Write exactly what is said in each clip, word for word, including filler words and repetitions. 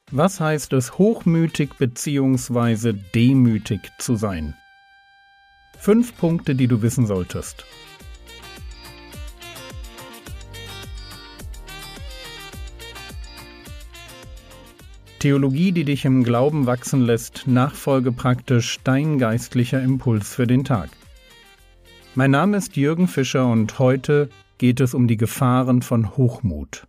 Was heißt es, hochmütig bzw. demütig zu sein? Fünf Punkte, die du wissen solltest. Theologie, die dich im Glauben wachsen lässt, nachfolge praktisch dein geistlicher Impuls für den Tag. Mein Name ist Jürgen Fischer und heute geht es um die Gefahren von Hochmut.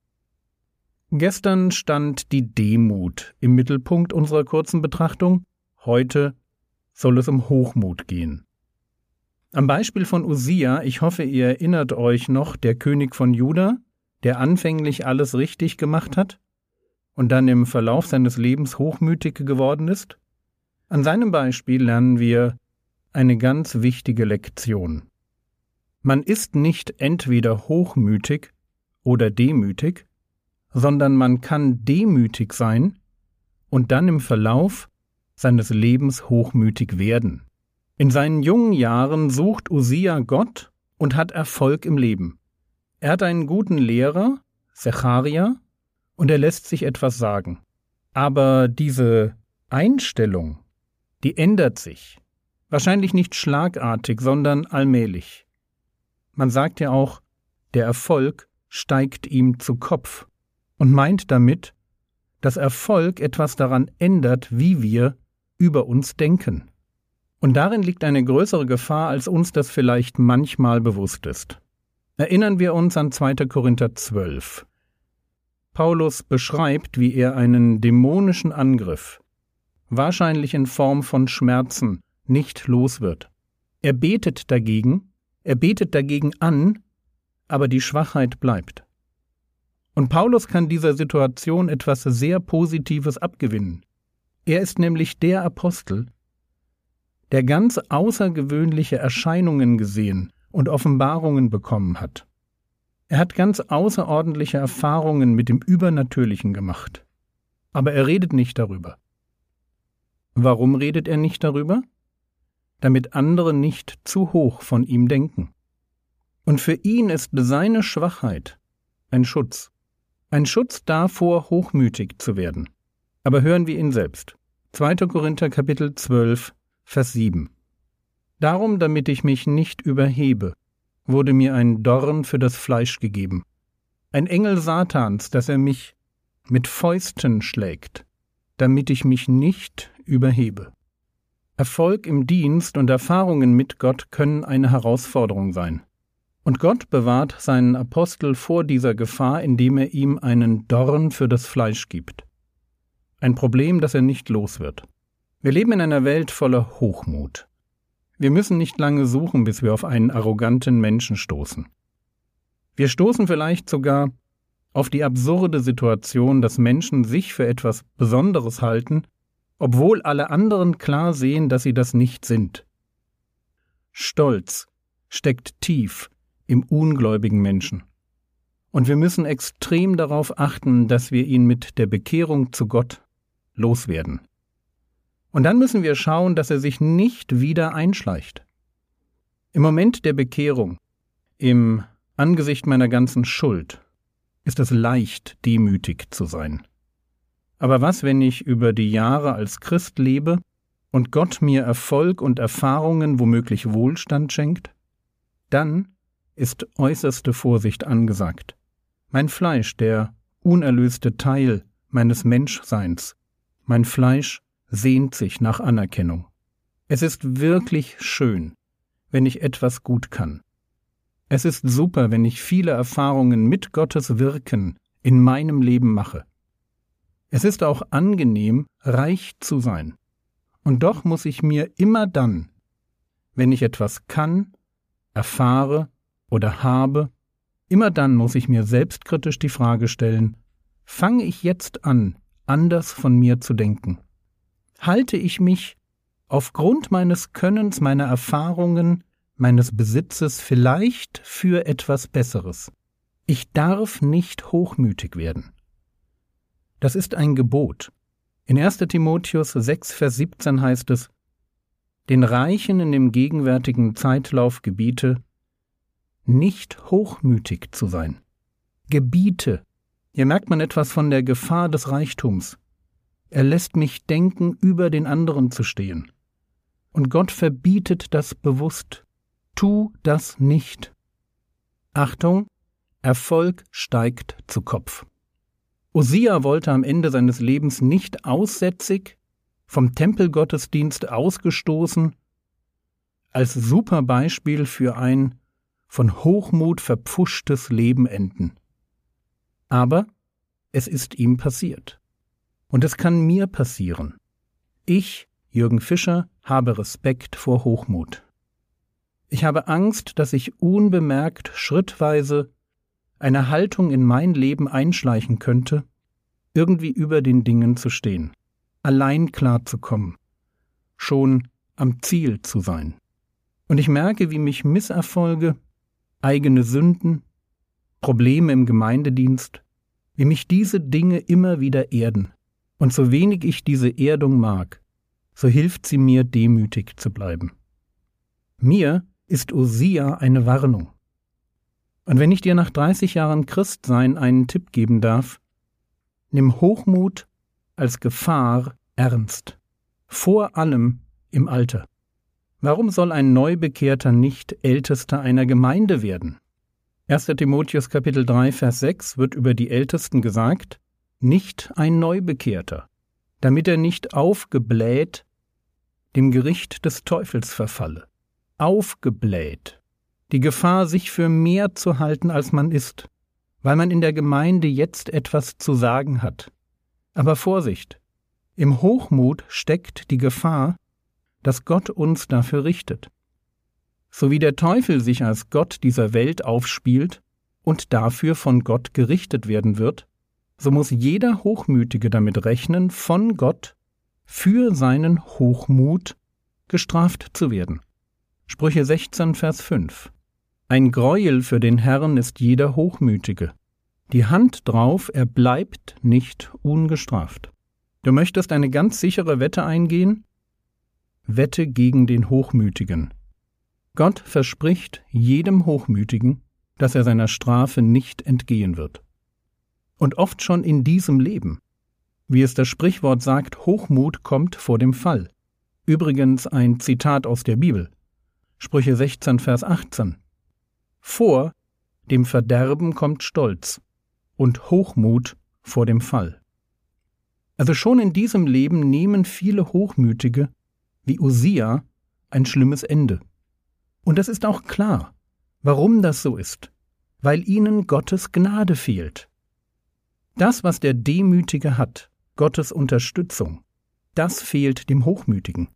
Gestern stand die Demut im Mittelpunkt unserer kurzen Betrachtung. Heute soll es um Hochmut gehen. Am Beispiel von Usia, ich hoffe, ihr erinnert euch noch, der König von Juda, der anfänglich alles richtig gemacht hat und dann im Verlauf seines Lebens hochmütig geworden ist. An seinem Beispiel lernen wir eine ganz wichtige Lektion. Man ist nicht entweder hochmütig oder demütig, sondern man kann demütig sein und dann im Verlauf seines Lebens hochmütig werden. In seinen jungen Jahren sucht Usia Gott und hat Erfolg im Leben. Er hat einen guten Lehrer, Secharia, und er lässt sich etwas sagen. Aber diese Einstellung, die ändert sich. Wahrscheinlich nicht schlagartig, sondern allmählich. Man sagt ja auch, der Erfolg steigt ihm zu Kopf. Und meint damit, dass Erfolg etwas daran ändert, wie wir über uns denken. Und darin liegt eine größere Gefahr, als uns das vielleicht manchmal bewusst ist. Erinnern wir uns an zweiter Korinther zwölf. Paulus beschreibt, wie er einen dämonischen Angriff, wahrscheinlich in Form von Schmerzen, nicht los wird. Er betet dagegen, er betet dagegen an, aber die Schwachheit bleibt. Und Paulus kann dieser Situation etwas sehr Positives abgewinnen. Er ist nämlich der Apostel, der ganz außergewöhnliche Erscheinungen gesehen und Offenbarungen bekommen hat. Er hat ganz außerordentliche Erfahrungen mit dem Übernatürlichen gemacht. Aber er redet nicht darüber. Warum redet er nicht darüber? Damit andere nicht zu hoch von ihm denken. Und für ihn ist seine Schwachheit ein Schutz. Ein Schutz davor, hochmütig zu werden. Aber hören wir ihn selbst. zweiter Korinther Kapitel zwölf, Vers sieben. Darum, damit ich mich nicht überhebe, wurde mir ein Dorn für das Fleisch gegeben. Ein Engel Satans, dass er mich mit Fäusten schlägt, damit ich mich nicht überhebe. Erfolg im Dienst und Erfahrungen mit Gott können eine Herausforderung sein. Und Gott bewahrt seinen Apostel vor dieser Gefahr, indem er ihm einen Dorn für das Fleisch gibt. Ein Problem, das er nicht los wird. Wir leben in einer Welt voller Hochmut. Wir müssen nicht lange suchen, bis wir auf einen arroganten Menschen stoßen. Wir stoßen vielleicht sogar auf die absurde Situation, dass Menschen sich für etwas Besonderes halten, obwohl alle anderen klar sehen, dass sie das nicht sind. Stolz steckt tief im ungläubigen Menschen. Und wir müssen extrem darauf achten, dass wir ihn mit der Bekehrung zu Gott loswerden. Und dann müssen wir schauen, dass er sich nicht wieder einschleicht. Im Moment der Bekehrung, im Angesicht meiner ganzen Schuld, ist es leicht, demütig zu sein. Aber was, wenn ich über die Jahre als Christ lebe und Gott mir Erfolg und Erfahrungen, womöglich Wohlstand schenkt? Dann ist äußerste Vorsicht angesagt. Mein Fleisch, der unerlöste Teil meines Menschseins, mein Fleisch sehnt sich nach Anerkennung. Es ist wirklich schön, wenn ich etwas gut kann. Es ist super, wenn ich viele Erfahrungen mit Gottes Wirken in meinem Leben mache. Es ist auch angenehm, reich zu sein. Und doch muss ich mir immer dann, wenn ich etwas kann, erfahre oder habe, immer dann muss ich mir selbstkritisch die Frage stellen, fange ich jetzt an, anders von mir zu denken? Halte ich mich aufgrund meines Könnens, meiner Erfahrungen, meines Besitzes vielleicht für etwas Besseres? Ich darf nicht hochmütig werden. Das ist ein Gebot. In erster Timotheus sechs, Vers siebzehn heißt es, den Reichen in dem gegenwärtigen Zeitlauf gebiete, nicht hochmütig zu sein. Gebiete. Hier merkt man etwas von der Gefahr des Reichtums. Er lässt mich denken, über den anderen zu stehen. Und Gott verbietet das bewusst. Tu das nicht. Achtung, Erfolg steigt zu Kopf. Usia wollte am Ende seines Lebens nicht aussätzig, vom Tempelgottesdienst ausgestoßen, als super Beispiel für ein von Hochmut verpfuschtes Leben enden. Aber es ist ihm passiert. Und es kann mir passieren. Ich, Jürgen Fischer, habe Respekt vor Hochmut. Ich habe Angst, dass ich unbemerkt, schrittweise eine Haltung in mein Leben einschleichen könnte, irgendwie über den Dingen zu stehen, allein klarzukommen, schon am Ziel zu sein. Und ich merke, wie mich Misserfolge, eigene Sünden, Probleme im Gemeindedienst, wie mich diese Dinge immer wieder erden. Und so wenig ich diese Erdung mag, so hilft sie mir, demütig zu bleiben. Mir ist Usia eine Warnung. Und wenn ich dir nach dreißig Jahren Christsein einen Tipp geben darf, nimm Hochmut als Gefahr ernst, vor allem im Alter. Warum soll ein Neubekehrter nicht Ältester einer Gemeinde werden? erster Timotheus Kapitel drei, Vers sechs wird über die Ältesten gesagt, nicht ein Neubekehrter, damit er nicht aufgebläht dem Gericht des Teufels verfalle. Aufgebläht. Die Gefahr, sich für mehr zu halten, als man ist, weil man in der Gemeinde jetzt etwas zu sagen hat. Aber Vorsicht! Im Hochmut steckt die Gefahr, dass Gott uns dafür richtet. So wie der Teufel sich als Gott dieser Welt aufspielt und dafür von Gott gerichtet werden wird, so muss jeder Hochmütige damit rechnen, von Gott für seinen Hochmut gestraft zu werden. Sprüche sechzehn, Vers fünf. Ein Greuel für den Herrn ist jeder Hochmütige. Die Hand drauf, er bleibt nicht ungestraft. Du möchtest eine ganz sichere Wette eingehen? Wette gegen den Hochmütigen. Gott verspricht jedem Hochmütigen, dass er seiner Strafe nicht entgehen wird. Und oft schon in diesem Leben. Wie es das Sprichwort sagt, Hochmut kommt vor dem Fall. Übrigens ein Zitat aus der Bibel. Sprüche sechzehn, Vers achtzehn. Vor dem Verderben kommt Stolz und Hochmut vor dem Fall. Also schon in diesem Leben nehmen viele Hochmütige, wie Usia, ein schlimmes Ende. Und das ist auch klar, warum das so ist, weil ihnen Gottes Gnade fehlt. Das, was der Demütige hat, Gottes Unterstützung, das fehlt dem Hochmütigen.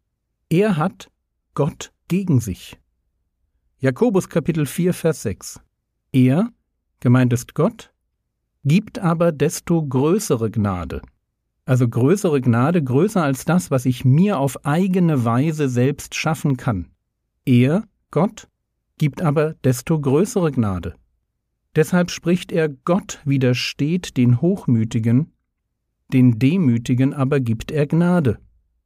Er hat Gott gegen sich. Jakobus Kapitel vier, Vers sechs. Er, gemeint ist Gott, gibt aber desto größere Gnade. Also größere Gnade, größer als das, was ich mir auf eigene Weise selbst schaffen kann. Er, Gott, gibt aber desto größere Gnade. Deshalb spricht er, Gott widersteht den Hochmütigen, den Demütigen aber gibt er Gnade.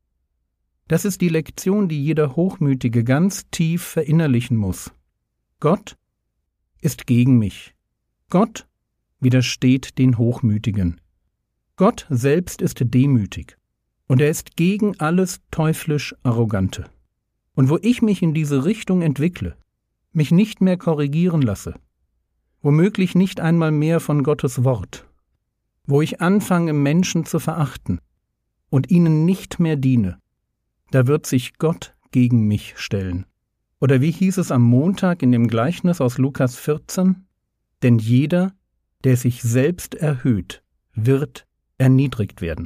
Das ist die Lektion, die jeder Hochmütige ganz tief verinnerlichen muss. Gott ist gegen mich. Gott widersteht den Hochmütigen. Gott selbst ist demütig und er ist gegen alles teuflisch Arrogante. Und wo ich mich in diese Richtung entwickle, mich nicht mehr korrigieren lasse, womöglich nicht einmal mehr von Gottes Wort, wo ich anfange, Menschen zu verachten und ihnen nicht mehr diene, da wird sich Gott gegen mich stellen. Oder wie hieß es am Montag in dem Gleichnis aus Lukas vierzehn? Denn jeder, der sich selbst erhöht, wird erniedrigt werden.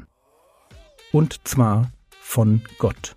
Und zwar von Gott.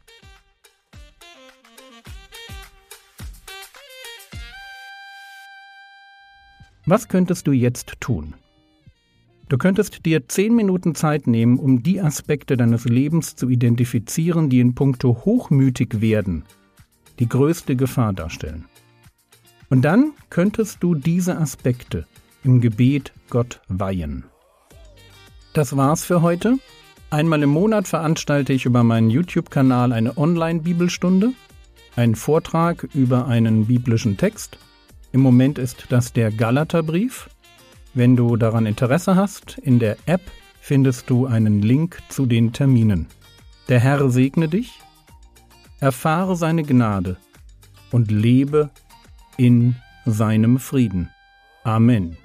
Was könntest du jetzt tun? Du könntest dir zehn Minuten Zeit nehmen, um die Aspekte deines Lebens zu identifizieren, die in puncto hochmütig werden die größte Gefahr darstellen. Und dann könntest du diese Aspekte im Gebet Gott weihen. Das war's für heute. Einmal im Monat veranstalte ich über meinen YouTube-Kanal eine Online-Bibelstunde, einen Vortrag über einen biblischen Text. Im Moment ist das der Galaterbrief. Wenn du daran Interesse hast, in der App findest du einen Link zu den Terminen. Der Herr segne dich, erfahre seine Gnade und lebe in seinem Frieden. Amen.